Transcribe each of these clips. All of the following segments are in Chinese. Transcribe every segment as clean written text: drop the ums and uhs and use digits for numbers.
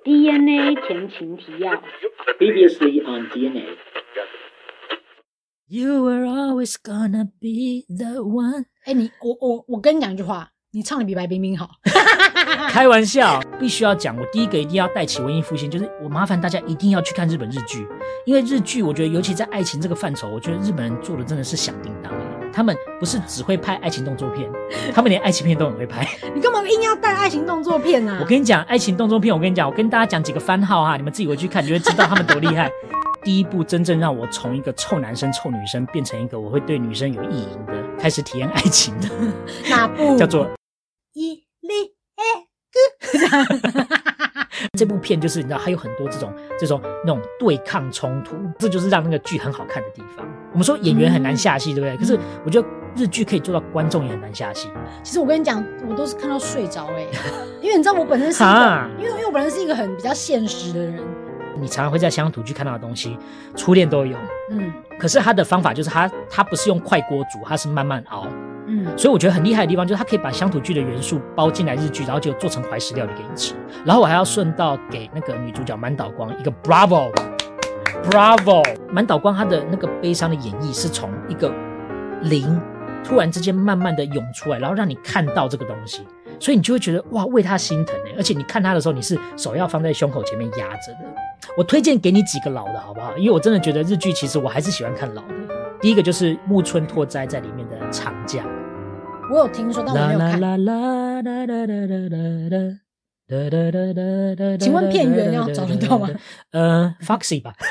DNA 前情提要 Previously on DNA. You were always gonna be the one。 我跟你讲一句话，你唱的比白冰冰好。 开玩笑，必须要讲，我第一个一定要带起文艺复兴，就是我麻烦大家一定要去看日本日剧，因为日剧我觉得尤其在爱情这个范畴，我觉得日本人做的真的是响叮当。他们不是只会拍爱情动作片，他们连爱情片都很会拍。 你干嘛硬要带爱情动作片啊？ 我跟你讲，爱情动作片，我跟大家讲几个番号哈，你们自己回去看，你就会知道他们多厉害。第一部真正让我从一个臭男生臭女生变成一个我会对女生有意淫的，开始体验爱情的哪部？ 叫做一粒这部片就是你知道，还有很多这种那种对抗冲突，这就是让那个剧很好看的地方。我们说演员很难下戏，对不对？可是我觉得日剧可以做到观众也很难下戏。 其实我跟你讲，我都是看到睡着因为你知道我本身是一个，因为我本身是一个很比较现实的人。 你常常会在乡土剧看到的东西，初恋都有。可是他的方法就是他不是用快锅煮，他是慢慢熬。所以我觉得很厉害的地方就是他可以把乡土剧的元素包进来日剧，然后就做成怀石料理给你吃。然后我还要顺道给那个女主角满岛光一个 bravo。满岛光她的那个悲伤的演绎是从一个零突然之间慢慢的涌出来，然后让你看到这个东西，所以你就会觉得哇，为他心疼而且你看他的时候，你是手要放在胸口前面压着的。我推荐给你几个老的好不好？因为我真的觉得日剧其实我还是喜欢看老的。第一个就是木村拓哉在里面的长假， 我有听说但我没有看。请问片源要找得到吗 ？Foxy 吧。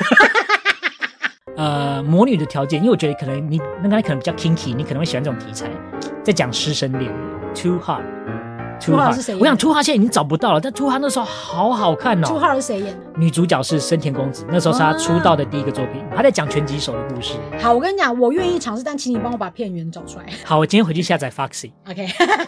魔女的条件，因为我觉得可能你那个可能比较 kinky， 你可能会喜欢这种题材，在讲师生恋 Too Hard。Too Hard 是谁演的？ 我想 Too Hard 现在已经找不到了，但 Too Hard 那时候好好看哦。 Too Hard 是谁演的？ 女主角是深田恭子，那时候是她出道的第一个作品，她在讲拳击手的故事。 好，我跟你讲，我愿意尝试，但请你帮我把片源找出来。 好，我今天回去下载 Foxy。 OK 。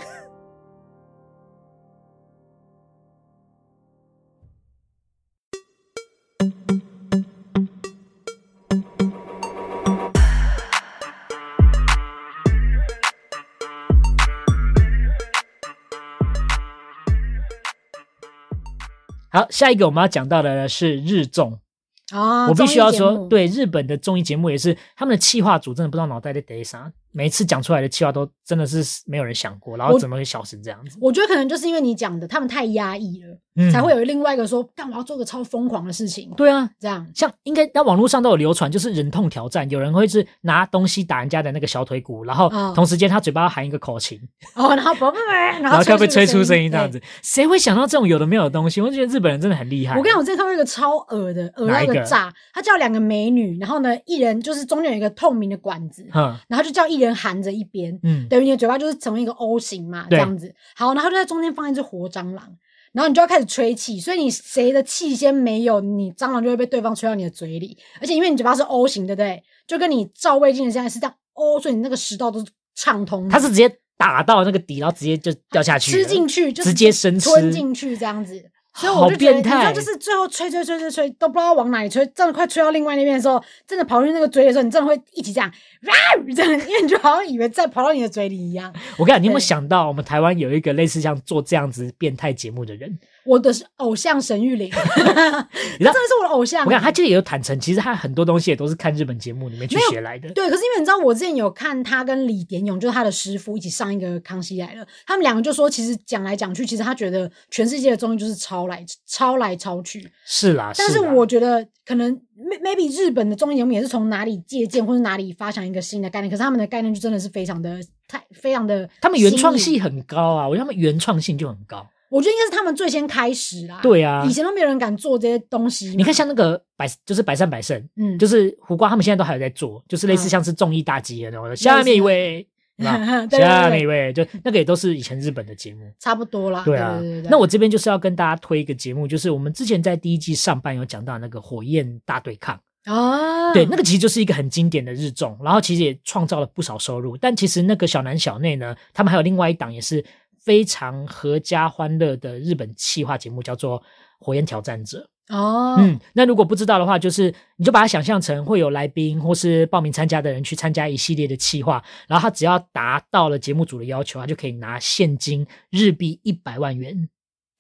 好，下一个我们要讲到的是日综。我必须要说，对日本的综艺节目也是，他们的企划组真的不知道脑袋在得啥，每一次讲出来的企划都真的是没有人想过，然后怎么会小成这样子？ 我觉得可能就是因为你讲的，他们太压抑了，才会有另外一个说，干我要做个超疯狂的事情。 对啊， 这样像应该在网络上都有流传，就是忍痛挑战，有人会是拿东西打人家的那个小腿骨，然后同时间他嘴巴要喊一个口琴， 然后然后就被吹出声音这样子。谁会想到这种有的没有的东西？我觉得日本人真的很厉害。 我跟你讲，我之前看过一个超恶的，恶到一个炸，他叫2个美女，然后呢，一人就是中间有一个透明的管子，然后就叫一人含着一边，等于你的嘴巴就是成为一个 O 型嘛，这样子。好，然后就在中间放一只活蟑螂，然后你就要开始吹气，所以你谁的气先没有，你蟑螂就会被对方吹到你的嘴里，而且因为你嘴巴是 O 型，对不对？就跟你照胃镜的现在是这样 O， 所以你那个食道都是畅通的。 它是直接打到那个底，然后直接就掉下去， 吃进去，就直接生吃吞进去这样子。所以我就觉得，你知道，就是最后吹都不知道往哪里吹，真的快吹到另外那边的时候，真的跑进那个嘴的时候，你真的会一起这样，这样，因为你就好像以为再跑到你的嘴里一样。 我跟你讲，你有没有想到，我们台湾有一个类似像做这样子变态节目的人？ 我的偶像沈玉琳，他真的是我的偶像。 我看他这里也有坦诚，其实他很多东西也都是看日本节目里面去学来的。 对，可是因为你知道，我之前有看他跟李典勇，就是他的师傅一起上一个《康熙来了》，他们两个就说，其实讲来讲去，其实他觉得全世界的综艺就是抄来抄去。 是啦， 但是我觉得可能 maybe 日本的综艺节目也是从哪里借鉴，或是哪里发想一个新的概念，可是他们的概念就真的是非常的， 他们原创性很高啊，我觉得他们原创性就很高。 我觉得应该是他们最先开始啦。 对啊， 以前都没有人敢做这些东西。 你看像那个就是百战百胜，就是胡瓜他们现在都还有在做，就是类似像是综艺大集合那种。下面一位，下面一位，就那个也都是以前日本的节目， 差不多啦。 对啊，那我这边就是要跟大家推一个节目，就是我们之前在第一季上半有讲到那个火焰大对抗。对，那个其实就是一个很经典的日综，然后其实也创造了不少收入。但其实那个小南小内呢，他们还有另外一档也是非常合家欢乐的日本企划节目，叫做《火焰挑战者》。那如果不知道的话，就是你就把它想象成会有来宾或是报名参加的人去参加一系列的企划，然后他只要达到了节目组的要求，他就可以拿现金日币100万元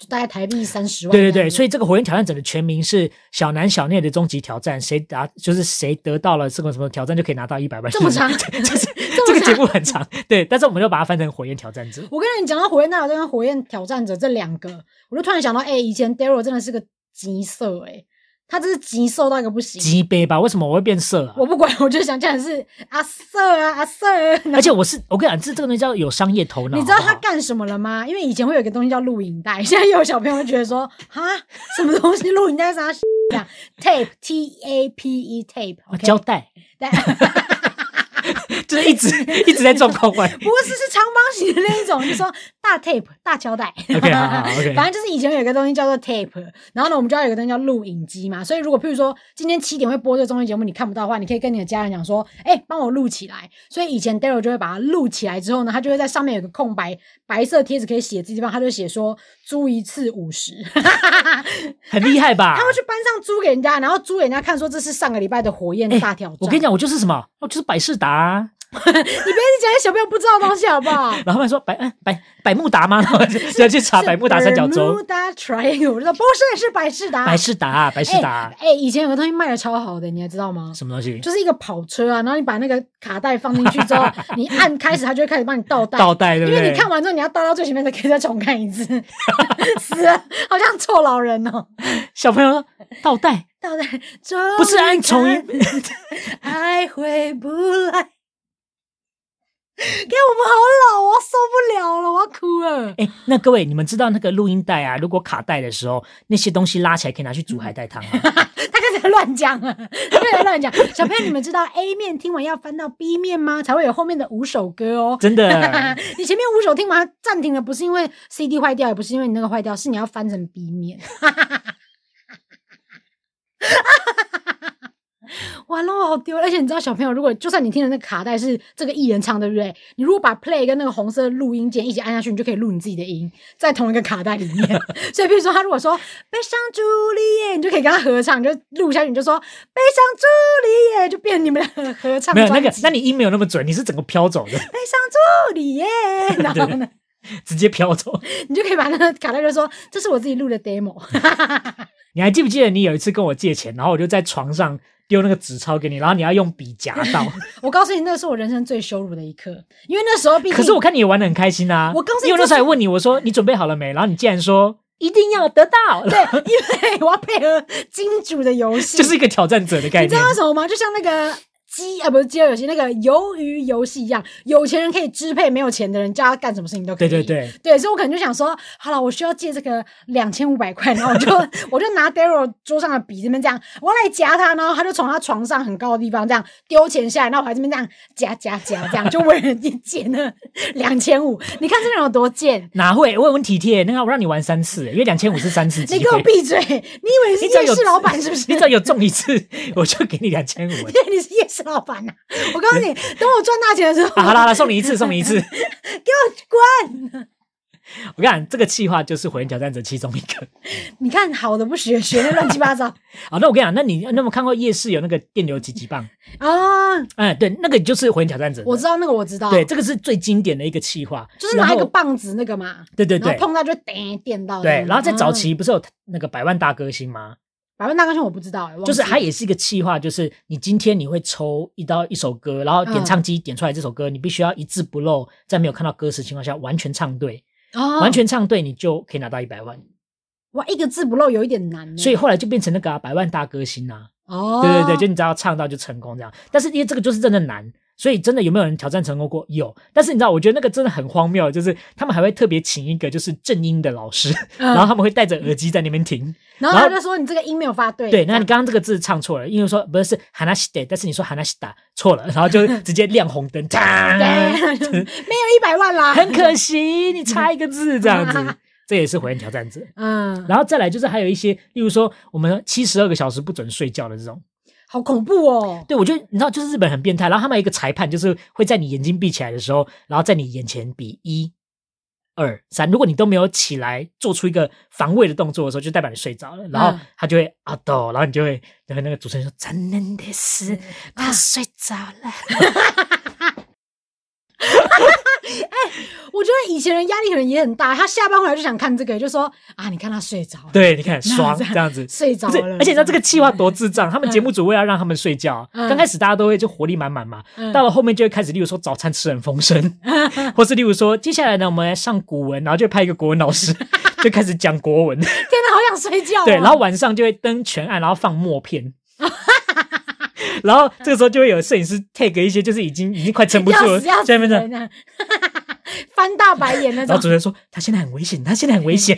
大概台币30万。 对对对，所以这个火焰挑战者的全名是小男小内的终极挑战，谁得到了这个什么挑战就可以拿到100万。 这么长， 这个节目很长，对，但是我们就把它翻成火焰挑战者。 我跟你讲到火焰挑战者跟火焰挑战者这2个，我就突然想到，以前 Daryl 真的是个极色他这是极瘦到一个不行， 极杯吧？为什么我会变色啊？ 我不管，我就想讲的是阿色。 而且我跟你讲，这个东西叫有商业头脑。 你知道他干什么了吗？因为以前会有一个东西叫录影带，现在有小朋友会觉得说，哈，什么东西录影带是啥？tape T-A-P-E tape， 胶带。就是一直在状况外， 不是长方形的那一种，就说大 tape 大胶带。 OK， 好 OK。 反正就是以前有一个东西叫做 tape， 然后呢，我们就要有一个东西叫录影机嘛。所以如果譬如说今天7点会播这个综艺节目，你看不到的话，你可以跟你的家人讲说，帮我录起来。所以以前 Daryl 就会把它录起来之后呢，他就会在上面有个空白色贴纸可以写字的地方，他就写说租一次50， 很厉害吧？ 他会去班上租给人家，然后租给人家看说这是上个礼拜的火焰大挑战。 我跟你讲，我就是什么，我就是百事达。 你别讲些小朋友不知道的东西好不好？ 然后他们说百慕达吗？然后就去查百慕达三角洲。 百慕达 triangle， 我说不是百事达。 百事达。 以前有个东西卖的超好的，你还知道吗？ 什么东西？ 就是一个跑车啊，然后你把那个卡带放进去之后，你按开始，它就会开始帮你倒带。 倒带，对不对？ 因为你看完之后，你要倒到最前面，才可以再重看一次。死了，好像臭老人哦。 小朋友说倒带，不是按重音。 爱回不来。给我们好老，我受不了了，我要哭了。 那各位，你们知道那个录音带啊，如果卡带的时候，那些东西拉起来可以拿去煮海带汤吗？ 他开始乱讲了，小朋友，你们知道 A 面听完要翻到 B 面吗？才会有后面的5首歌哦。 真的， 你前面5首听完暂停了，不是因为 CD 坏掉，也不是因为你那个坏掉，是你要翻成 B 面。完了，我好丢！而且你知道，小朋友，如果就算你听的那个卡带是这个艺人唱，对不对？你如果把 play 跟那个红色录音键一起按下去，你就可以录你自己的音，在同一个卡带里面。所以，比如说他如果说悲伤朱丽叶，你就可以跟他合唱，你就录下去，你就说悲伤朱丽叶，就变成你们的合唱。 没有那个，那你音没有那么准，你是整个飘走的。悲伤朱丽叶，然后呢， 直接飘走， 你就可以把那个卡带就说这是我自己录的 demo。 你还记不记得你有一次跟我借钱，然后我就在床上丢那个纸钞给你，然后你要用笔夹到。 我告诉你，那是我人生最羞辱的一刻，因为那时候毕竟， 可是我看你也玩得很开心啊。 我告诉你， 因为那时候还问你，我说你准备好了没？然后你竟然说一定要得到。 对，因为我要配合金主的游戏， 就是一个挑战者的概念。 你知道为什么吗？就像那个不是饥饿游戏，那个鱿鱼游戏一样，有钱人可以支配没有钱的人，叫他干什么事情都可以。对，所以我可能就想说，好了，我需要借这个2500块，然后我就拿 Daryl 桌上的笔这边这样，我要来夹他，然后他就从他床上很高的地方这样丢钱下来，然后我还这边这样夹这样，就为了借那2500。你看这人有多贱？ 哪会？我很体贴，那个我让你玩3次，因为2500是3次机会。 你给我闭嘴！你以为你是夜市老板是不是？ 你只要有中1次，我就给你2500。 对，你是夜市老板啊！我告诉你，等我赚大钱的时候， 好啦，送你一次， 给我滚！ 我跟你讲，这个企划就是火焰挑战者其中一个。 你看好的不学那乱七八糟。 好，那我跟你讲，那你有没有看过夜市有那个电流击棒啊？ 对，那个就是火焰挑战者。 我知道那个，我知道。 对，这个是最经典的一个企划， 就是拿一个棒子那个嘛。 对， 然后碰到就电到。 对，然后在早期不是有那个100万大歌星吗？ 100万大歌星我不知道， 就是它也是一个企划，就是你今天你会抽一首歌，然后点唱机点出来这首歌，你必须要一字不漏，在没有看到歌词情况下完全唱对，完全唱对，你就可以拿到100万。 哇，一个字不漏有一点难， 所以后来就变成那个100万大歌星啊。对，就你只要唱到就成功这样。但是因为这个就是真的难，所以真的有没有人挑战成功过？有。但是你知道，我觉得那个真的很荒谬，就是他们还会特别请一个就是正音的老师，然后他们会戴着耳机在那边听， 然后他就说你这个音没有发对。 对，那你刚刚这个字唱错了，因为说不是 hanashida， 但是你说 hanashida 错了，然后就直接亮红灯， 没有100万啦， 很可惜，你差一个字这样子。这也是火焰挑战者。然后再来就是还有一些，例如说我们72个小时不准睡觉的这种， 好恐怖哦。 对，我觉得你知道，就是日本很变态，然后他们有一个裁判，就是会在你眼睛闭起来的时候，然后在你眼前比1、2、3，如果你都没有起来做出一个防卫的动作的时候，就代表你睡着了，然后他就会抖，然后你就会那个主持人说残忍的是他睡着了。 我觉得以前人压力可能也很大，他下班回来就想看这个，就说啊，你看他睡着了， 对，你看爽这样子睡着了， 而且你知道这个企划多智障，他们节目组为了让他们睡觉，刚开始大家都会就活力满满嘛，到了后面就会开始，例如说早餐吃很丰盛，或是例如说接下来呢，我们来上古文，然后就派一个国文老师就开始讲国文，天哪，好想睡觉。 对，然后晚上就会灯全暗，然后放默片。然后这个时候就会有摄影师 take 一些就是已经快撑不住了，在那边翻大白眼那种。 然后主持人说他现在很危险，他现在很危险。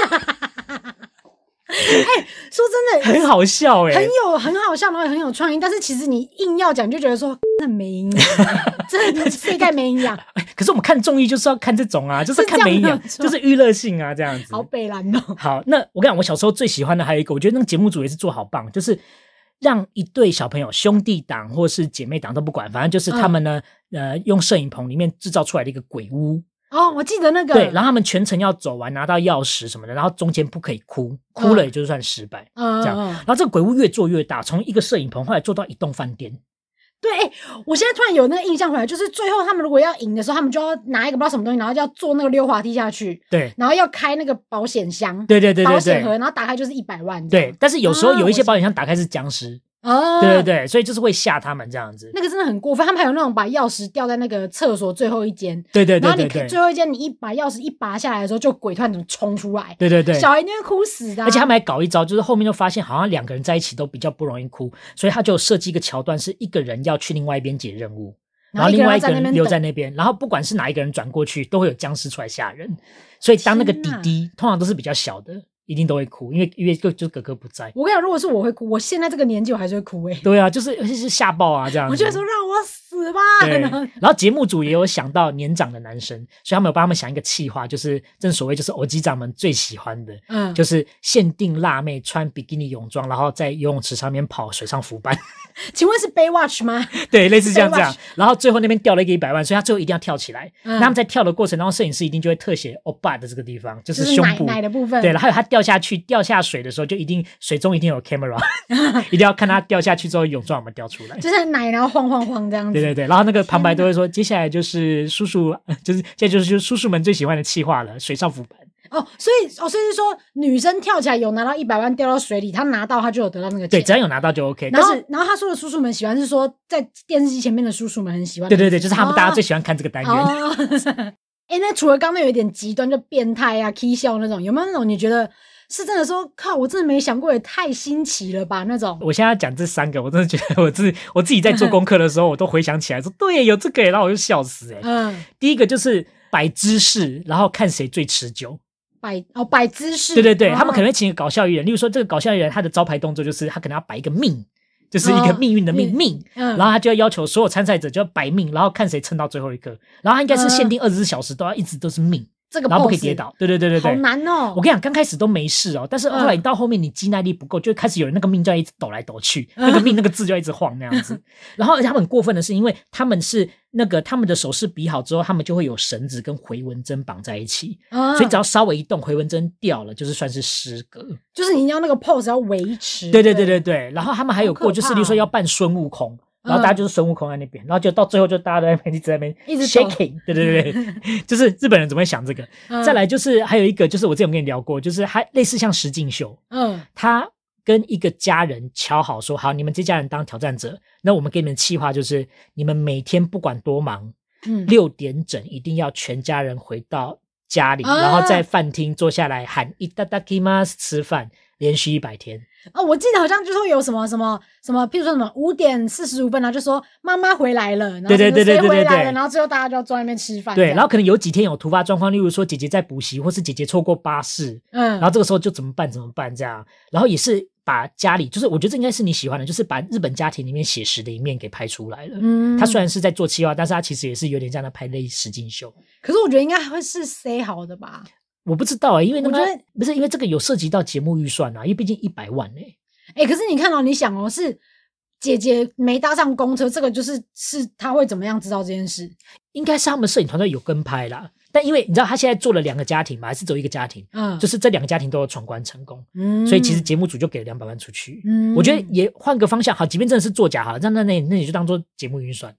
说真的很好笑很好笑，然后也很有创意，但是其实你硬要讲就觉得说那没营养，真的世界没营养。 可是我们看综艺就是要看这种啊，就是看没营养，就是娱乐性啊，这样子。 好北蓝哦。 好，那我跟你讲，我小时候最喜欢的还有一个，我觉得那个节目组也是做好棒，就是让一对小朋友兄弟档或是姐妹档都不管，反正就是他们呢用摄影棚里面制造出来的一个鬼屋。 我记得那个。 对，然后他们全程要走完拿到钥匙什么的，然后中间不可以哭了也就算失败。这样，然后这个鬼屋越做越大，从一个摄影棚后来做到一栋饭店。 对，我现在突然有那个印象回来，就是最后他们如果要赢的时候，他们就要拿一个不知道什么东西，然后就要坐那个溜滑梯下去， 对， 然后要开那个保险箱， 对， 保险盒，然后打开就是100万， 对，但是有时候有一些保险箱打开是僵尸。对，所以就是会吓他们这样子。 那个真的很过分，他们还有那种把钥匙掉在那个厕所最后一间， 对， 然后你最后一间你把钥匙一拔下来的时候，就鬼突然怎么冲出来， 对， 小孩一定会哭死的。 而且他们还搞一招，就是后面就发现好像2个人在一起都比较不容易哭，所以他就设计一个桥段，是一个人要去另外一边解任务，然后另外一个人留在那边，然后不管是哪一个人转过去，都会有僵尸出来吓人。所以当那个弟弟通常都是比较小的，一定都会哭，因为就哥哥不在。 我跟你讲，如果是我会哭，我现在这个年纪我还是会哭对啊，就是吓爆啊这样子。 我觉得说让我死吧。 然后节目组也有想到年长的男生，所以他们有帮他们想一个企划，就是正所谓就是偶机长们最喜欢的，就是限定辣妹穿比基尼泳装，然后在游泳池上面跑，水上浮板。 请问是 Baywatch 吗？ 对，类似这样。然后最后那边掉了一个100万，所以他最后一定要跳起来。那他们在跳的过程当中，摄影师一定就会特写欧巴的这个地方，就是胸部奶的部分。 对，然后还有他掉下水的时候，就水中一定有 camera， 一定要看他掉下去之后泳装有没有掉出来， 就是奶然后晃这样子。 对，然后那个旁白都会说，接下来就是叔叔，现在就是叔叔们最喜欢的企划了，水上浮板。 所以是说女生跳起来有拿到100万掉到水里，她拿到她就有得到那个钱。 对，只要有拿到就 OK。 然后他说的叔叔们喜欢是说在电视机前面的叔叔们很喜欢。 对，就是他们大家最喜欢看这个单元。 那除了刚刚有一点极端就变态啊 K 笑那种，有没有那种你觉得是真的说靠我真的没想过也太新奇了吧那种？ 我现在要讲这3个，我真的觉得我自己在做功课的时候我都回想起来说对有这个，然后我就笑死第一个就是摆姿势然后看谁最持久。 摆姿势。 对，他们可能会请一个搞笑艺人，例如说这个搞笑艺人他的招牌动作就是他可能要摆一个命，就是一个命运的命，然后他就要要求所有参赛者就要摆命，然后看谁撑到最后一刻，然后他应该是限定24小时都要一直都是命， 这个然后不可以跌倒。对， 好难哦。 我跟你讲，刚开始都没事但是后来到后面你肌耐力不够，就开始有人那个命就要一直抖来抖去，那个命那个字就要一直晃那样子。然后而且他们很过分的是，因为他们是他们的手势比好之后，他们就会有绳子跟回纹针绑在一起，所以只要稍微一动，回纹针掉了，就是算是失格。 就是你要那个 pose 要维持。 对。然后他们还有过，就是例如说要扮孙悟空，然后大家就是孙悟空在那边，然后就到最后就大家都在那边一直在那边一直 shaking。对，就是日本人怎么会想这个？再来就是还有一个，就是我之前跟你聊过，就是还类似像实境秀，他跟一个家人敲好说好，你们这家人当挑战者，那我们给你们的企划就是你们每天不管多忙，6点整一定要全家人回到家里，然后在饭厅坐下来喊いただきます吃饭，连续100天。 我记得好像就说有什么，譬如说什么5点45分，然后就说妈妈回来了，然后谁回来了，然后最后大家就要坐在那边吃饭。 对，然后可能有几天有突发状况，例如说姐姐在补习，或是姐姐错过巴士，然后这个时候就怎么办这样，然后也是把家里，就是我觉得这应该是你喜欢的，就是把日本家庭里面写实的一面给拍出来了。他虽然是在做企划，但是他其实也是有点这样的拍类实境秀。 可是我觉得应该会是 say 好的吧。 我不知道因为我觉得不是因为这个有涉及到节目预算因为毕竟100万可是你看你想是姐姐没搭上公车，这个是她会怎么样知道这件事？ 应该是他们摄影团队有跟拍啦，但因为你知道他现在做了2个家庭嘛，还是只有1个家庭，就是这2个家庭都有闯关成功，所以其实节目组就给了200万出去。我觉得也换个方向好，即便真的是作假好了，那你就当做节目预算。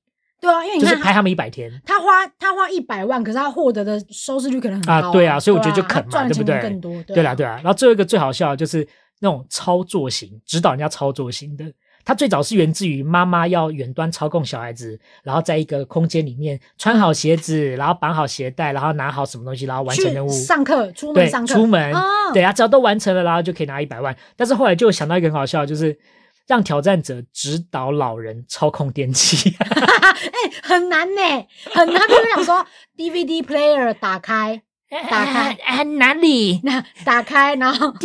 对啊，因为你看就是拍他们100天， 他花100万，可是他获得的收视率可能很高对啊，所以我觉得就啃嘛，对不对？ 更多， 对啦。然后最后一个最好笑的就是那种操作型，指导人家操作型的。它最早是源自于妈妈要远端操控小孩子，然后在一个空间里面穿好鞋子，然后绑好鞋带，然后拿好什么东西，然后完成任务。 上课，出门上课， 出门，对啊，只要都完成了，然后就可以拿100万。但是后来就想到一个很好笑的，就是让挑战者指导老人操控电器。 很难呢，很难。就是想说 DVD player 打开， 哪里？ 打开，然后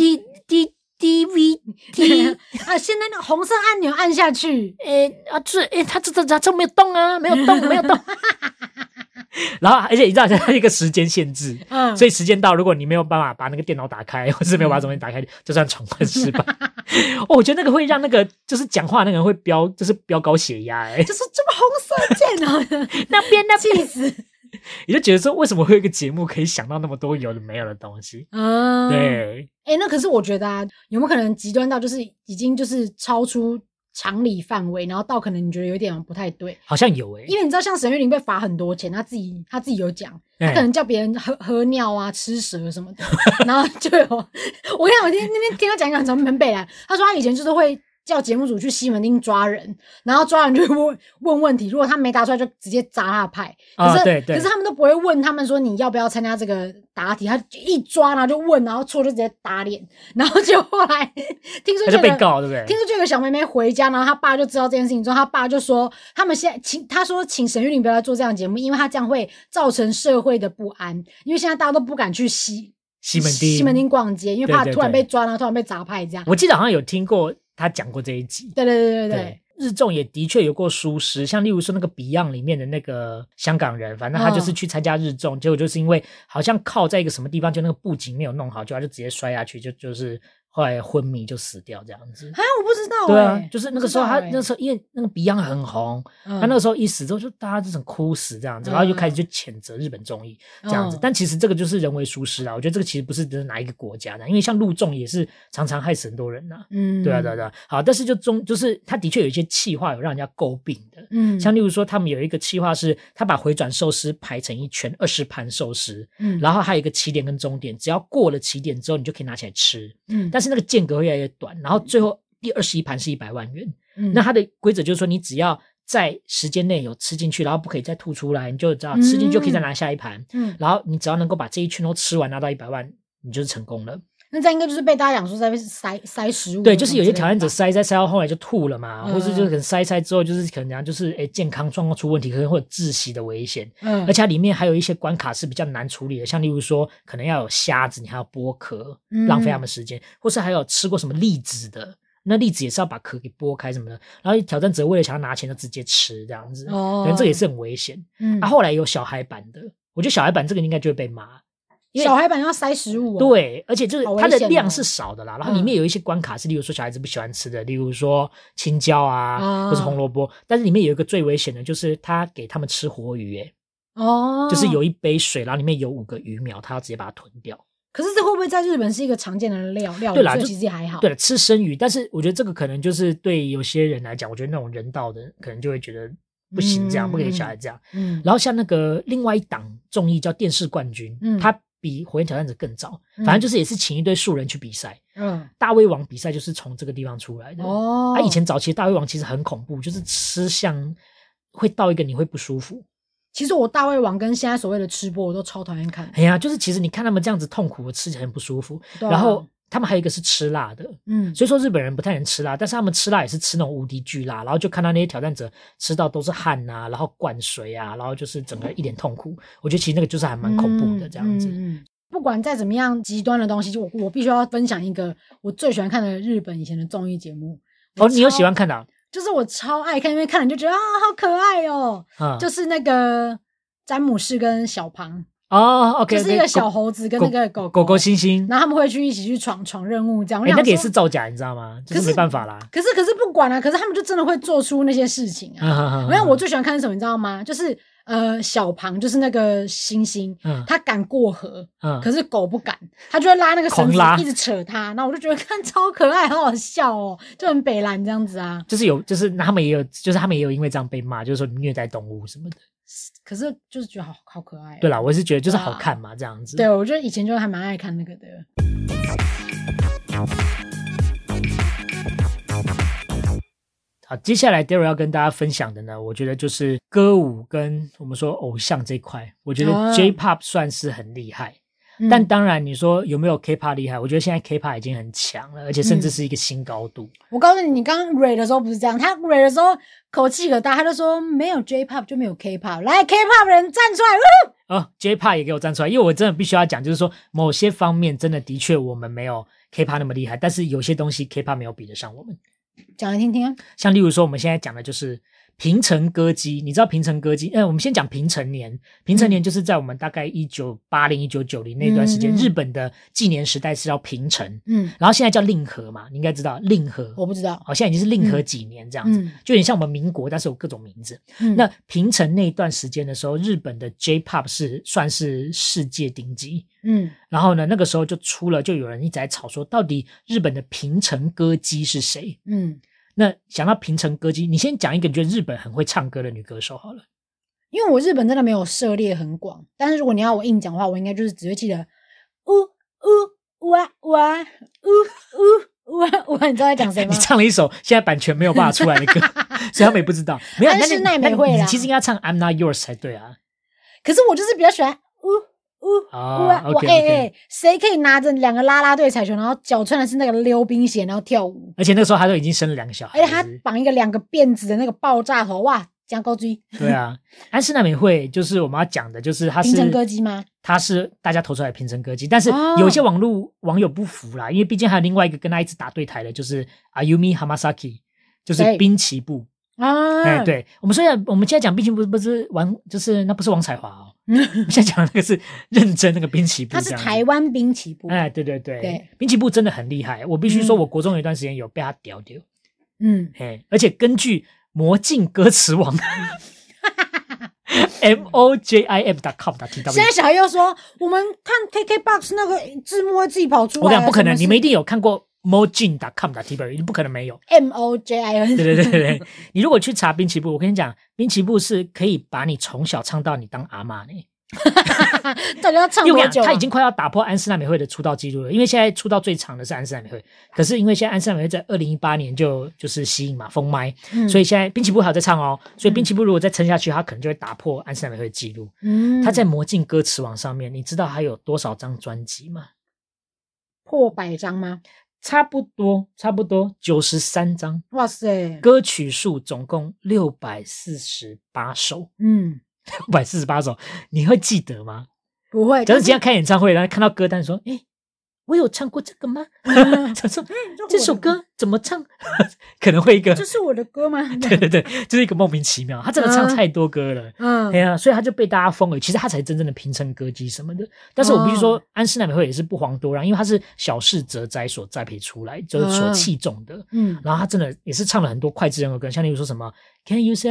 DVD 现在那个红色按钮按下去， 它这没有动啊，没有动。然后，而且你知道它一个时间限制，所以时间到，如果你没有办法把那个电脑打开，或是没有把什么东西打开，就算闯关失败。我觉得那个会让那个就是讲话那个人会飙高血压， 就是这么红色键哦， 那边气死。 你就觉得说，为什么会有一个节目可以想到那么多有的没有的东西？对。 那可是我觉得啊，有没有可能极端到就是已经就是超出常理范围，然后到可能你觉得有点不太对？ 好像有因为你知道像沈玉琳被罚很多钱，他自己有讲，他可能叫别人喝尿啊、吃蛇什么的，然后就有我那天听他讲一个很北来，他说他以前就是会叫节目组去西门町抓人，然后抓人就会问问题，如果他没答出来就直接砸他的牌。可是他们都不会问他们说你要不要参加这个答题，他一抓然后就问，然后错就直接打脸，然后就后来听说就被告，对不对？ 听说就有个小妹妹回家，然后他爸就知道这件事情之后，他爸就说他们现在请沈玉琳不要做这样的节目，因为他这样会造成社会的不安，因为现在大家都不敢去西门町逛街，因为怕突然被抓，然后突然被砸牌这样。 我记得好像有听过他讲过这一集。 对。 日综也的确有过疏失，像例如说那个 Beyond 里面的那个香港人，反正他就是去参加日综，结果就是因为好像靠在一个什么地方，就那个布景没有弄好，就他就直接摔下去，就是后来昏迷就死掉这样子。 我不知道。 对啊，就是那个时候他那时候因为那个 Beyond 很红，他那个时候一死之后就大家就很哭死这样子，然后就开始就谴责日本综艺这样子。但其实这个就是人为疏失啦，我觉得这个其实不是哪一个国家的，因为像陆综也是常常害死很多人呐。对啊。好，但是就是他的确有一些企划有让人家诟病的，像例如说他们有一个企划是他把回转寿司排成一圈20盘寿司，然后还有一个起点跟终点，只要过了起点之后你就可以拿起来吃，但是那个间隔会越来越短，然后最后第21盘是100万元。那它的规则就是说你只要在时间内有吃进去，然后不可以再吐出来，你就知道吃进去就可以再拿下一盘，然后你只要能够把这一圈都吃完拿到100万，你就是成功了。 那这应该就是被大家讲说在塞食物， 对，就是有些挑战者塞到后来就吐了嘛，或是就可能塞之后就是可能就是健康状况出问题，可能会有窒息的危险。而且它里面还有一些关卡是比较难处理的，像例如说可能要有虾子，你还要剥壳，浪费他们时间，或是还有吃过什么栗子的，那栗子也是要把壳给剥开什么的，然后挑战者为了想要拿钱就直接吃这样子，对，这也是很危险。后来有小孩版的，我觉得小孩版这个应该就会被骂。 小孩版要塞食物对，而且就是它的量是少的啦，然后里面有一些关卡是例如说小孩子不喜欢吃的，例如说青椒啊或是红萝卜，但是里面有一个最危险的就是他给他们吃活鱼就是有一杯水，然后里面有5个鱼苗，他要直接把它吞掉。 可是这会不会在日本是一个常见的料理？ 对啦， 所以其实也还好。 对了，吃生鱼，但是我觉得这个可能就是对有些人来讲，我觉得那种人道的可能就会觉得不行，这样不给小孩这样。然后像那个另外一档综艺叫电视冠军，他比火焰挑战者更早，反正就是也是请一堆素人去比赛。大胃王比赛就是从这个地方出来的。他以前早期的大胃王其实很恐怖，就是吃相会到一个你会不舒服。 其实我大胃王跟现在所谓的吃播我都超讨厌看。 就是其实你看他们这样子痛苦的吃起来很不舒服。然后他们还有一个是吃辣的，所以说日本人不太能吃辣，但是他们吃辣也是吃那种无敌巨辣，然后就看到那些挑战者吃到都是汗啊，然后灌水啊，然后就是整个一脸痛苦。我觉得其实那个就是还蛮恐怖的这样子。 不管再怎么样极端的东西，我必须要分享一个我最喜欢看的日本以前的综艺节目。 你有喜欢看的？ 就是我超爱看，因为看了就觉得好可爱哦。就是那个詹姆士跟小庞。 OK， 就是一个小猴子跟那个狗狗猩猩， 然后他们会一起去闯任务这样。 那个也是造假，你知道吗？就是没办法啦。 可是不管啦，可是他们就真的会做出那些事情啊。我最喜欢看是什么，你知道吗？就是小庞就是那个猩猩，他敢过河，可是狗不敢，他就会拉那个绳子一直扯他，然后我就觉得看超可爱，好好笑哦，就很北蓝这样子啊。 就是他们也有因为这样被骂，就是说虐待动物什么的。 可是就是觉得好可爱。 对啦，我是觉得就是好看嘛，这样子。 对，我觉得以前就还蛮爱看那个的。 好，接下来 Daryl 要跟大家分享的呢，我觉得就是歌舞跟我们说偶像这一块，我觉得 J-Pop 算是很厉害。但当然你说有没有 K-Pop 厉害，我觉得现在 K-Pop 已经很强了，而且甚至是一个新高度。 我告诉你，你刚刚 Ray 的时候不是这样，他 Ray 的时候口气可大，他就说没有 J-Pop 就没有 K-Pop， 来 K-Pop 的人站出来。 J-Pop 也给我站出来，因为我真的必须要讲，就是说某些方面真的确我们没有 K-Pop 那么厉害，但是有些东西 K-Pop 没有比得上我们。 讲来听听啊。 像例如说我们现在讲的就是平成歌姬，你知道平成歌姬？我们先讲平成年。平成年就是在我们大概1980、1990那段时间，日本的纪年时代是叫平成，然后现在叫令和嘛，你应该知道令和。 我不知道， 好，现在已经是令和几年这样子，就有点像我们民国，但是有各种名字。那平成那段时间的时候，日本的 J-Pop 是算是世界顶级。然后呢，那个时候就有人一直在吵说，到底日本的平成歌姬是谁？那想到平成歌姬，你先讲一个你觉得日本很会唱歌的女歌手好了。 因为我日本真的没有涉猎很广，但是如果你要我硬讲的话，我应该就是只会记得你知道在讲谁吗？ 你唱了一首现在版权没有办法出来的歌，所以他们也不知道。没有， 安室奈美惠啦。 你其实应该唱 I'm Not Yours 才对啊。 可是我就是比较喜欢谁可以拿着2个啦啦队彩球，然后脚穿的是那个溜冰鞋，然后跳舞？ 而且那个时候他都已经生了2个小孩， 而且他绑2个辫子的那个爆炸头，哇，加高追。 对啊，安室奈美惠就是我们要讲的，就是他是平成歌姬吗？ 他是大家投出来的平成歌姬，但是有一些网友不服啦，因为毕竟还有另外一个跟他一直打对台的，就是 Ayumi Hamasaki， 就是滨崎步。对，我们现在讲滨崎步不是就是那不是王彩华哦，我们现在讲的那个是认真那个滨崎步， 他是台湾滨崎步。 对，滨崎步真的很厉害，我必须说，我国中有一段时间有被他屌掉。而且根据魔镜歌词网mojif.com.tw， 现在小孩又说我们看 KKBOX 那个字幕会自己跑出来， 我讲不可能，你们一定有看过mojin.com.tw， 你不可能没有 MOJIN。 对，你如果去查滨崎步，我跟你讲，滨崎步是可以把你从小唱到你当阿嬷呢。 到底要唱多久？ 他已经快要打破安室奈美惠的出道记录了，因为现在出道最长的是安室奈美惠，可是因为现在安室奈美惠在2018年就是吸引嘛封麦，所以现在滨崎步还有在唱哦，所以滨崎步如果再撑下去，他可能就会打破安室奈美惠的记录。他在魔镜歌词网上面，你知道他有多少张专辑吗？ 破100张吗？ 差不多93张。 哇塞！ 歌曲数总共648首。648首，你会记得吗？ 不会。 假如今天开演唱会，然后看到歌单说：“我有唱过这个吗？”他说：“这首歌怎么唱？”可能会一个这是我的歌吗？ 对，就是一个莫名其妙。他真的唱太多歌了，所以他就被大家封了。其实他才是真正的平成歌姬什么的。但是我必须说，安室奈美惠也是不遑多让，因为他是小室哲哉所栽培出来，就是所器重的。然后他真的也是唱了很多脍炙人口歌，像例如说什么 Can you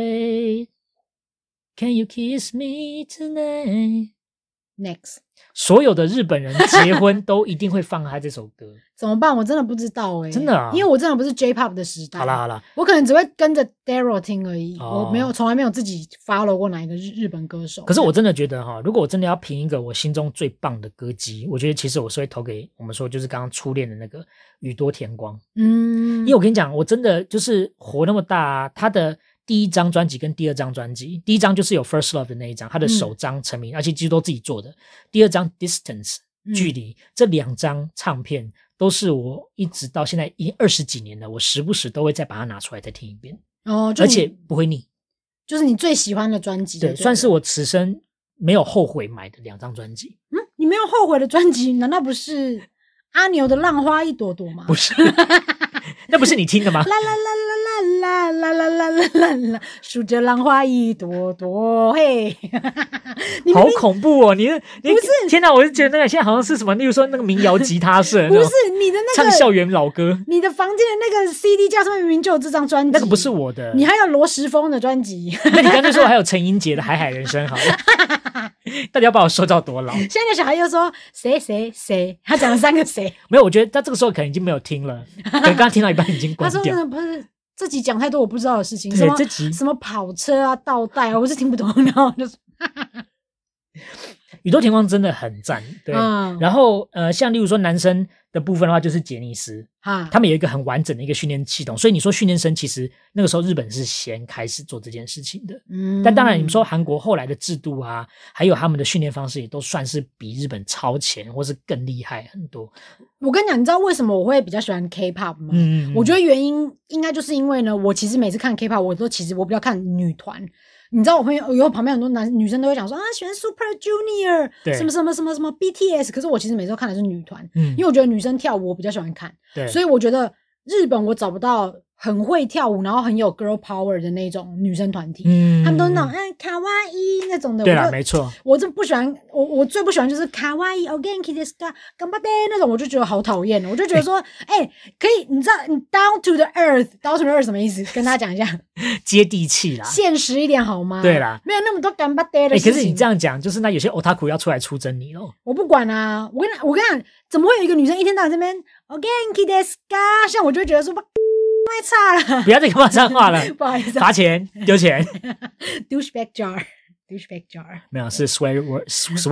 celebrate？Can you kiss me tonight? Next， 所有的日本人结婚都一定会放他这首歌。 怎么办？我真的不知道真的啊， 因为我真的不是 J-Pop 的时代。 好啦， 我可能只会跟着 Daryl 听而已，我从来没有自己 follow 过哪一个日本歌手。 可是我真的觉得如果我真的要评一个我心中最棒的歌姬，我觉得其实我是会投给我们说就是刚刚初恋的那个宇多田光。因为我跟你讲，我真的就是活那么大他的第1张专辑跟第2张专辑，第1张就是有 First Love 的那一张，他的首张成名，而且几乎都自己做的。第2张 Distance 距离，这2张唱片都是我一直到现在已经20几年了，我时不时都会再把它拿出来再听一遍。而且不会腻， 就是你最喜欢的专辑。 对，算是我此生没有后悔买的2张专辑。 你没有后悔的专辑，难道不是阿牛的浪花一朵朵吗？ 不是。那不是你听的吗？ 啦啦啦啦啦啦啦啦啦啦啦啦，数着浪花一朵朵，嘿， 好恐怖哦！你不是天哪，我就觉得那个现在好像是什么，例如说那个民谣吉他社， 不是你的那个唱校园老歌， 你的房间的那个 CD 架上面明明就有这张专辑， 那个不是我的， 你还有罗时丰的专辑， 那你刚才说还有陈英杰的《海海人生》好了，到底要把我说到多老？ 现在的小孩又说谁谁谁，他讲了3个谁， 没有，我觉得他这个时候可能已经没有听了，可能刚刚听到一半已经关掉。 他说不是。这集讲太多我不知道的事情，什么跑车啊、倒带啊，我是听不懂。然后就说， 宇多田光真的很赞，对。然后像例如说男生的部分的话，就是杰尼斯，他们有一个很完整的一个训练系统，所以你说训练生其实那个时候日本是先开始做这件事情的。但当然你们说韩国后来的制度啊，还有他们的训练方式也都算是比日本超前或是更厉害很多。 我跟你讲，你知道为什么我会比较喜欢 K-pop 吗？我觉得原因应该就是因为呢，我其实每次看 K-pop 我比较看女团。你知道我朋友有旁边很多女生都会讲说啊，喜欢 Super Junior 什么什么什么什么 BTS， 可是我其实每次都看的是女团，因为我觉得女生跳舞我比较喜欢看，所以我觉得日本我找不到很会跳舞然后很有 girl power 的那种女生团体，他们都是那种卡哇伊那种的。 对啦，没错。 我就不喜欢，我最不喜欢就是卡哇伊 Ogenki desu ka ganbatte那种，我就觉得好讨厌。我就觉得说，可以，你知道你 down to the earth 什么意思？跟大家讲一下， 接地气啦， 现实一点好吗？ 对啦， 没有那么多 ganbatte 的事情。 可是你这样讲，就是那有些 otaku 要出来出征你咯。 我不管啊，我跟你讲，怎么会有一个女生一天到晚这边 Ogenki desu ka？像我就会觉得说。太差了， 不要再骂脏话了， 不好意思， 罚钱丢钱。 douchebag jar， 没有，是 swear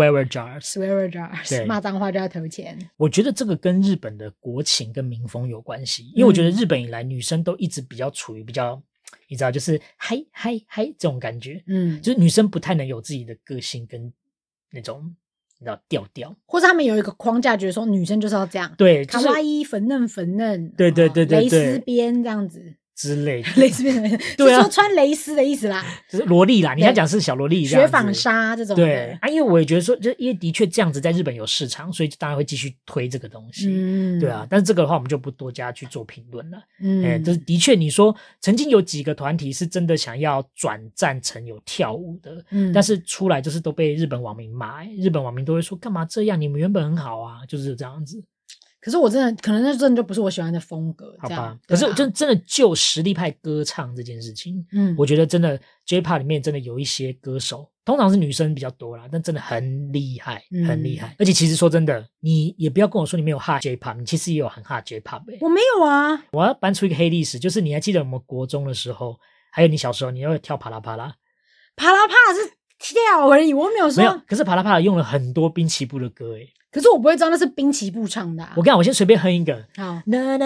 jar， 骂脏话就要投钱。 我觉得这个跟日本的国情跟民风有关系，因为我觉得日本以来女生都一直比较处于比较，你知道，就是嗨嗨嗨这种感觉，就是女生不太能有自己的个性跟那种。你知道调调， 或者他们有一个框架，觉得说女生就是要这样， 对， 卡哇伊粉嫩， 对， 蕾丝边这样子之类的， 蕾丝边，对啊，是说穿蕾丝的意思啦， 就是萝莉啦，你要讲是小萝莉这样子， 雪纺纱这种， 对啊，因为我也觉得说，就因为的确这样子在日本有市场，所以当然会继续推这个东西，对啊，但是这个的话我们就不多加去做评论了，就是的确你说曾经有几个团体是真的想要转战成有跳舞的，但是出来就是都被日本网民骂，日本网民都会说干嘛这样，你们原本很好啊，就是这样子。 可是我真的可能那真的就不是我喜欢的风格， 好吧？可是真的就实力派歌唱这件事情，我觉得真的 J-Pop 里面真的有一些歌手，通常是女生比较多啦，但真的很厉害，很厉害。而且其实说真的，你也不要跟我说你没有哈 J-Pop， 你其实也有很哈 J-Pop 我没有啊。 我要搬出一个黑历史，就是你还记得我们国中的时候，还有你小时候，你会跳啪啦啪啦， 啪啦啪啦是跳而已，我没有说。 没有，可是啪啦啪啦用了很多滨崎步的歌诶。 可是我不会知道那是滨崎步唱的。 我跟你讲，我先随便哼一个。 好。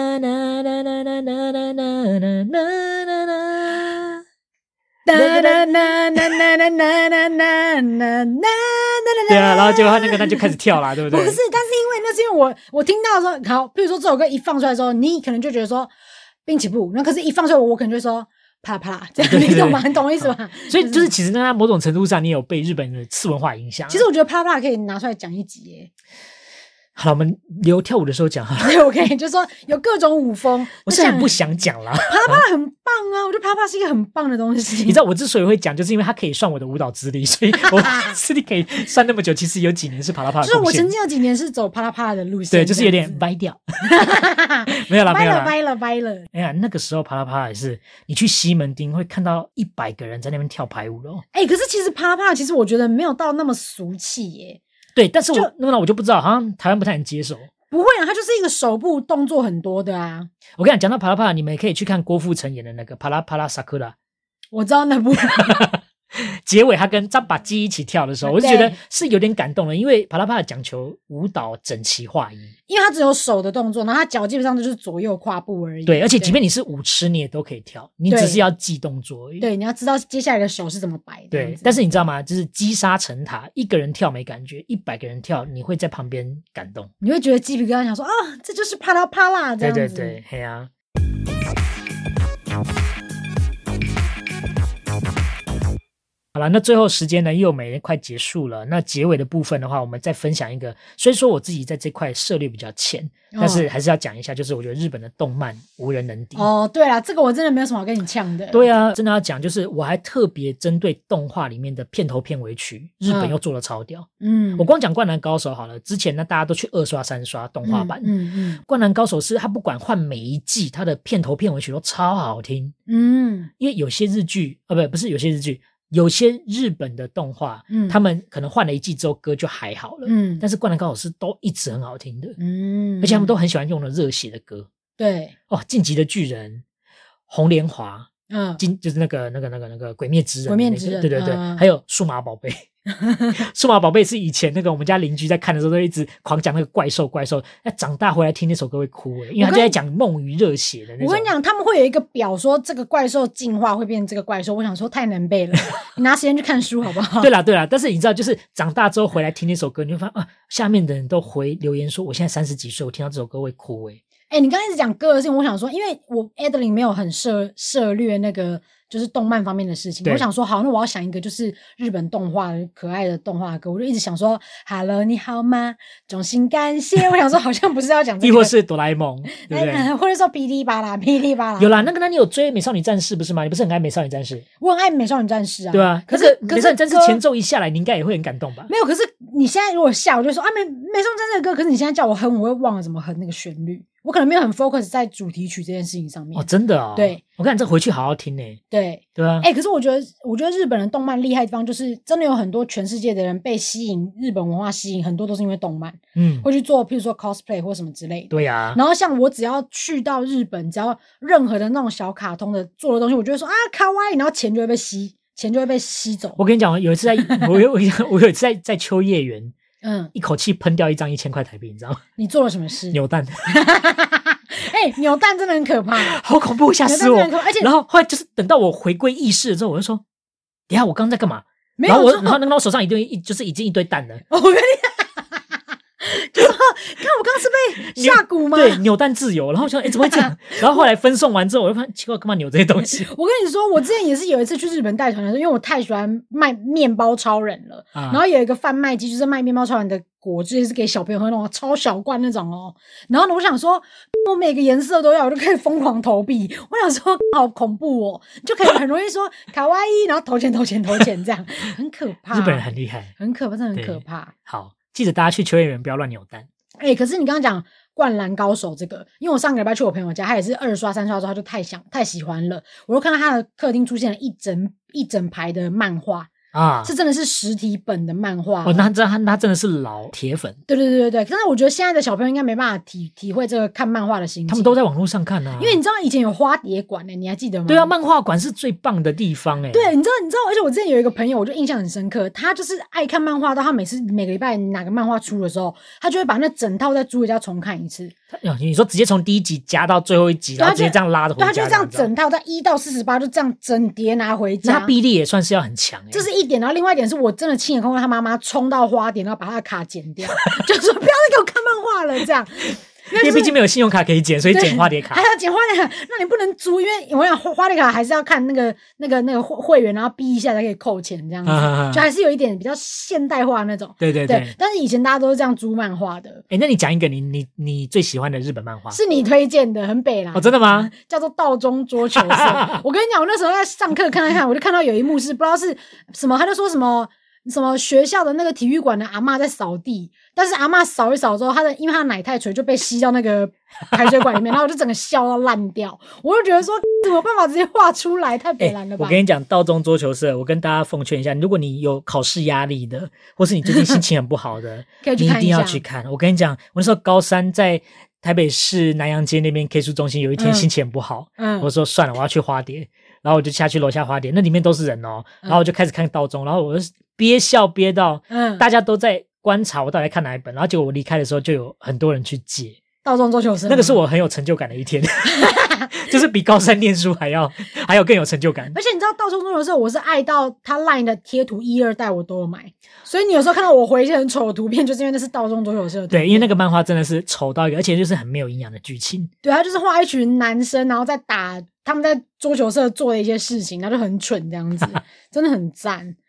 对啊，然后结果他那就开始跳啦，对不对？ 不是，但是因为我听到的时候，好，比如说这首歌一放出来的时候，你可能就觉得说滨崎步，那可是一放出来，我可能就说啪啦啪啦，这样你懂吗？你懂我意思吗？ 所以就是其实在某种程度上，你有被日本的次文化影响。 其实我觉得啪啦啪啦可以拿出来讲一集耶。 好了，我们留跳舞的时候讲好了。 对 ，OK， 就是说有各种舞风， 我是很不想讲啦。 啪啦啪啦很棒啊，我觉得啪啦啪啦是一个很棒的东西。 你知道我之所以会讲，就是因为它可以算我的舞蹈资历，所以我资历可以算那么久。其实有几年是啪啦啪啦， 就是我曾经有几年是走啪啦啪啦的路线， 对，就是有点歪掉。没有啦，没有啦， 歪了。 哎呀，那个时候啪啦啪啦也是，你去西门町会看到100个人在那边跳排舞咯。 可是其实啪啦啪啦，其实我觉得没有到那么俗气耶。 对，但是我就不知道，好像台湾不太能接受。 不会啊，它就是一个手部动作很多的啊。 我跟你讲到啪啦啪啦，你们也可以去看郭富城演的那个啪啦啪啦萨库拉。 我知道那部。 结尾他跟张把基一起跳的时候，我就觉得是有点感动了，因为啪啦啪啦讲求舞蹈整齐划一， 因为他只有手的动作，然后他脚基本上就是左右跨步而已。 对，而且即便你是舞痴，你也都可以跳，你只是要记动作而已。 对，你要知道接下来的手是怎么摆的。 对，但是你知道吗？就是积沙成塔，一个人跳没感觉，100个人跳，你会在旁边感动， 你会觉得鸡皮疙瘩，想说啊，这就是啪啦啪啦这样子。 对，嘿啊。 好了，那最后时间呢又没快结束了，那结尾的部分的话，我们再分享一个，虽然说我自己在这块涉猎比较浅，但是还是要讲一下，就是我觉得日本的动漫无人能敌。 对啦，这个我真的没有什么好跟你呛的。 对啊，真的要讲，就是我还特别针对动画里面的片头片尾曲，日本又做了超屌。我光讲灌篮高手好了，之前呢大家都去2刷3刷动画版，灌篮高手是他不管换每一季，他的片头片尾曲都超好听。因为有些日剧不是有些日剧，有些日本的动画，他们可能换了一季之后歌就还好了，但是灌篮高手是都一直很好听的，而且他们都很喜欢用的热血的歌。 对晋级的巨人、红莲华，就是那个鬼灭之刃，对，还有数码宝贝。数码宝贝是以前那个我们家邻居在看的时候都一直狂讲那个怪兽，那长大回来听那首歌会哭因为他就在讲梦与热血的那种。 我跟你讲，他们会有一个表说这个怪兽进化会变成这个怪兽，我想说太难背了，你拿时间去看书好不好？ 对啦，但是你知道，就是长大之后回来听那首歌，你会发现下面的人都回留言说，我现在30几岁，我听到这首歌会哭你刚才一直讲歌的事情，我想说，因为我 Adeline 没有很涉猎那个就是动漫方面的事情，我想说好，那我要想一个就是日本动画可爱的动画歌，我就一直想说 Hello 你好吗，衷心感谢。我想说好像不是要讲这个， 亦或是哆啦 A 梦，对不对？ 或者说噼里啪啦噼里啪啦。 有啦，那你有追美少女战士不是吗？你不是很爱美少女战士？ 我很爱美少女战士啊。 对啊，可是美少女战士前奏一下来，你应该也会很感动吧？ 没有，可是你现在如果下，我就说美少女战士的歌，可是你现在叫我哼，我会忘了怎么哼那个旋律。我可能没有很 focus 在主题曲这件事情上面。 真的对， 我看这回去好好听对啊。 可是我觉得日本的动漫厉害的地方就是真的有很多全世界的人被吸引，日本文化吸引，很多都是因为动漫，会去做譬如说 cosplay 或什么之类的。 对啊。 然后像我只要去到日本，只要任何的那种小卡通的做的东西，我就会说卡哇伊，然后钱就会被吸走。我跟你讲，有一次我有一次在秋叶原，一口气喷掉一张1000块台币，你知道吗？ 你做了什么事？ 扭蛋。 扭蛋真的很可怕， 好恐怖，吓死我！而且然后后来就是等到我回归意识了之后，我就说，等一下我刚刚在干嘛？ 没有， 然后我手上就是已经一堆蛋了。 我跟你就说看我刚刚是被下蛊吗？ 对，扭蛋自由。然后我想怎么会这样？然后后来分送完之后，我就发现奇怪，干嘛扭这些东西？ 我跟你说，我之前也是有一次去日本带团的时候，因为我太喜欢卖面包超人了，然后有一个贩卖机就是卖面包超人的果汁，也是给小朋友喝那种超小罐那种然后呢，我想说我每个颜色都要，我就可以疯狂投币。我想说好恐怖就可以很容易说卡哇伊，然后投钱这样，很可怕。 日本人很厉害， 很可怕，真的很可怕。 好，记得大家去秋叶原不要乱扭蛋。 可是你刚刚讲灌篮高手这个，因为我上个礼拜去我朋友家，他也是2刷3刷之后他就太喜欢了，我就看到他的客厅出现了一整排的漫画是真的是实体本的漫画那真的是老铁粉。 对，但是我觉得现在的小朋友应该没办法体会这个看漫画的心情， 他们都在网络上看因为你知道以前有花蝶馆你还记得吗？ 对啊，漫画馆是最棒的地方对，你知道，而且我之前有一个朋友，我就印象很深刻，他就是爱看漫画，到他每个礼拜哪个漫画出的时候，他就会把那整套再租回家重看一次。 你说直接从第1集夹到最后一集，然后直接这样拉着回家， 对，他就这样整套在1到48就这样整叠拿回家。 那他臂力也算是要很强这是一点，然后另外一点是我真的亲眼看过他妈妈冲到花店，然后把他的卡剪掉，就说不要再给我看漫画了这样。 因为毕竟没有信用卡可以剪，所以剪花蝶卡。 还要剪花蝶卡，那你不能租，因为我想花蝶卡还是要看那个会员，然后逼一下才可以扣钱这样子，就还是有一点比较现代化那种。 对。 但是以前大家都是这样租漫画的。 那你讲一个你最喜欢的日本漫画？是你推荐的，很北啦。 真的吗？ 叫做道中桌球社。我跟你讲，我那时候在上课看，我就看到有一幕是不知道是什么，他就说什么学校的那个体育馆的阿嬷在扫地，但是阿嬷扫一扫之后，因为她的奶太垂就被吸到那个排水管里面，然后我就整个笑到烂掉。我就觉得说怎么办法直接画出来，太北蓝了吧。 我跟你讲，道中桌球社，我跟大家奉劝一下，如果你有考试压力的，或是你最近心情很不好的你一定要去看。我跟你讲，我那时候高3在台北市南阳街那边 K 书中心，有一天心情很不好，我说算了，我要去花蝶，然后我就下去楼下花蝶，那里面都是人然后我就开始看道中，然后我就憋笑憋到大家都在观察我到底在看哪一本，然后结果我离开的时候就有很多人去借道中桌球社， 那个是我很有成就感的一天就是比高3念书还要更有成就感。 而且你知道道中桌球社我是爱到他 LINE 的贴图1、2代我都有买，所以你有时候看到我回一些很丑的图片，就是因为那是道中桌球社的图片。 对，因为那个漫画真的是丑到一个，而且就是很没有营养的剧情。 对，他就是画一群男生然后在打他们在桌球社做的一些事情，然后就很蠢这样子真的很赞。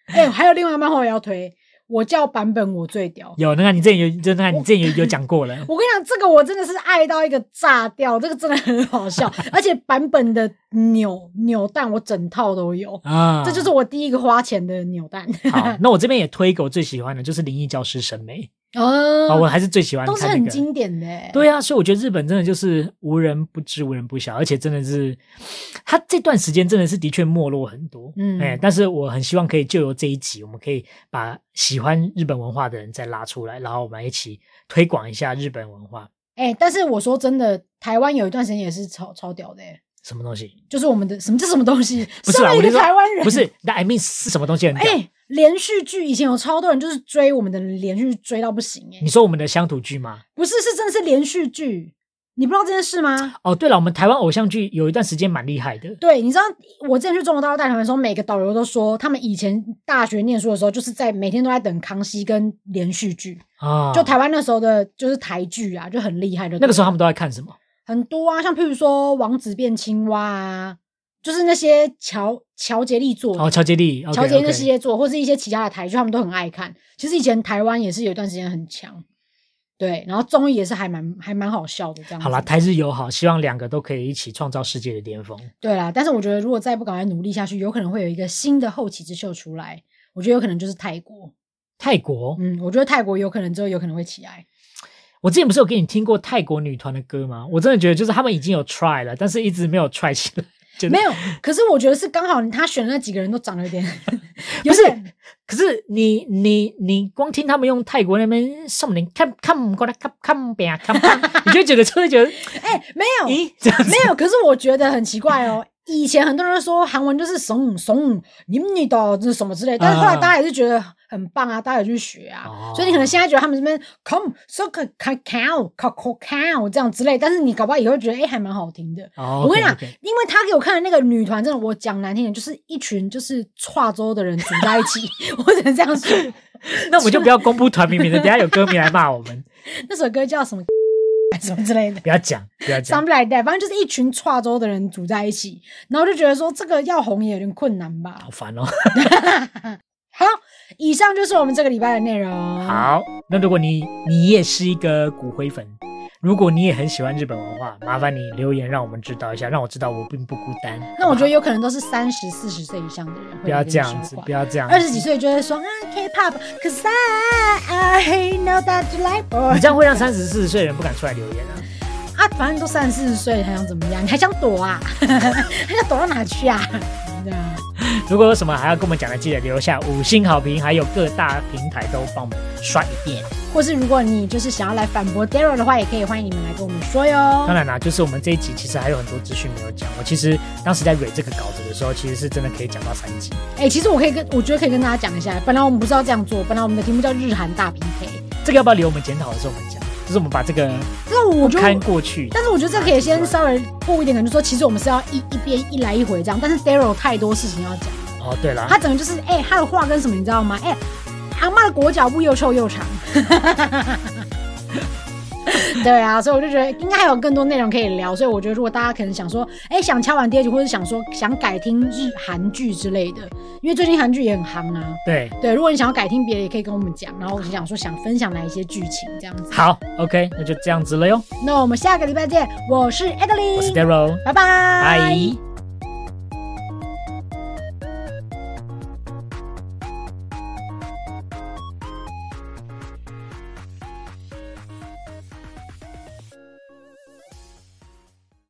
还有另外一个漫画也要推，我叫版本我最屌。 有那个你之前有讲过了。 我跟你讲，这个我真的是爱到一个炸掉，这个真的很好笑，而且版本的扭蛋我整套都有啊，这就是我第一个花钱的扭蛋。 好，那我这边也推一个我最喜欢的，就是灵异教师神眉。我还是最喜欢看都是很经典的对啊，所以我觉得日本真的就是无人不知无人不晓，而且真的是他这段时间真的是的确没落很多。但是我很希望可以就由这一集，我们可以把喜欢日本文化的人再拉出来，然后我们一起推广一下日本文化。 但是我说真的，台湾有一段时间也是超屌的什么东西？ 就是我们的什么东西？ 不是啦， 我一个台湾人， 不是 I mean 是什么东西很屌？ 连续剧以前有超多人就是追我们的连续剧追到不行你说我们的乡土剧吗？ 不是，是真的是连续剧，你不知道这件事吗？ 对了，我们台湾偶像剧有一段时间蛮厉害的。 对，你知道我之前去中国大陆带团的时候，每个导游都说他们以前大学念书的时候，就是每天都在等康熙跟连续剧就台湾那时候的就是台剧啊，就很厉害的。 那个时候他们都在看什么？ 很多啊，像譬如说王子变青蛙啊，就是那些乔杰利做的乔杰利那些做，或是一些其他的台剧，他们都很爱看。其实以前台湾也是有一段时间很强，对，然后综艺也是还蛮好笑的这样子。 好啦，台日友好，希望两个都可以一起创造世界的巅峰。 对啦，但是我觉得如果再不赶快努力下去，有可能会有一个新的后起之秀出来。我觉得有可能就是泰国。我觉得泰国有可能之后有可能会起来。 我之前不是有给你听过泰国女团的歌吗？我真的觉得就是他们已经有 try 了，但是一直没有 try 起来。 没有，可是我觉得是刚好他选的那几个人都长得有点不是，可是你光听他们用泰国那边送你看过来看边看，你就觉得没有，可是我觉得很奇怪以前很多人说韩文就是怂你的就是什么之类，但是后来大家也是觉得很棒啊，大家也去学啊，所以你可能现在觉得他们这边 come so cow 这样之类，但是你搞不好以后觉得还蛮好听的。我跟你讲，因为他给我看的那个女团，真的我讲难听点，就是一群就是跨州的人组在一起，我只能这样说。 那我们就不要公布团名名的，等一下有歌迷来骂我们。 那首歌叫什么？什么之类的， 不要讲 something like that， 反正就是一群跨州的人组在一起，然后就觉得说这个要红也有点困难吧， 好烦好，以上就是我们这个礼拜的内容。 好，那如果你也是一个骨灰粉，如果你也很喜欢日本文化，麻烦你留言让我们知道一下，让我知道我并不孤单。 那我觉得有可能都是30、40岁以上的人会， 不要这样子 ，20几岁就会说K-pop， cause I know that you like boys。 你这样会让30、40岁的人不敢出来留言反正都30、40岁，还想怎么样？你还想躲啊？还想躲到哪去啊？ 如果有什么还要跟我们讲的，记得留下5星好评，还有各大平台都帮我们刷一遍。 或是如果你就是想要来反驳 Daryl 的话，也可以欢迎你们来跟我们说哟。 当然啦，就是我们这一集其实还有很多资讯没有讲。我其实当时在蕊这个稿子的时候，其实是真的可以讲到3集。 其实我觉得可以跟大家讲一下，本来我们不是要这样做，本来我们的题目叫日韩大 PK。 这个要不要留我们检讨的时候我们讲？就是我们把这个看过去， 但是我觉得这可以先稍微过一点，就是说其实我们是要一边一来一回这样，但是 Daryl 太多事情要讲。 对了， 他整个就是他的话跟什么你知道吗？阿嬷的裹脚布又臭又长。对啊，所以我就觉得应该还有更多内容可以聊，所以我觉得如果大家可能想说想敲完第2集，或者想改听日韩剧之类的，因为最近韩剧也很夯啊。对，如果你想要改听别的也可以跟我们讲，然后想分享哪一些剧情这样子。 好 OK， 那就这样子了哟。 那我们下个礼拜见，我是 Adeline， 我是 Daryl， 拜拜。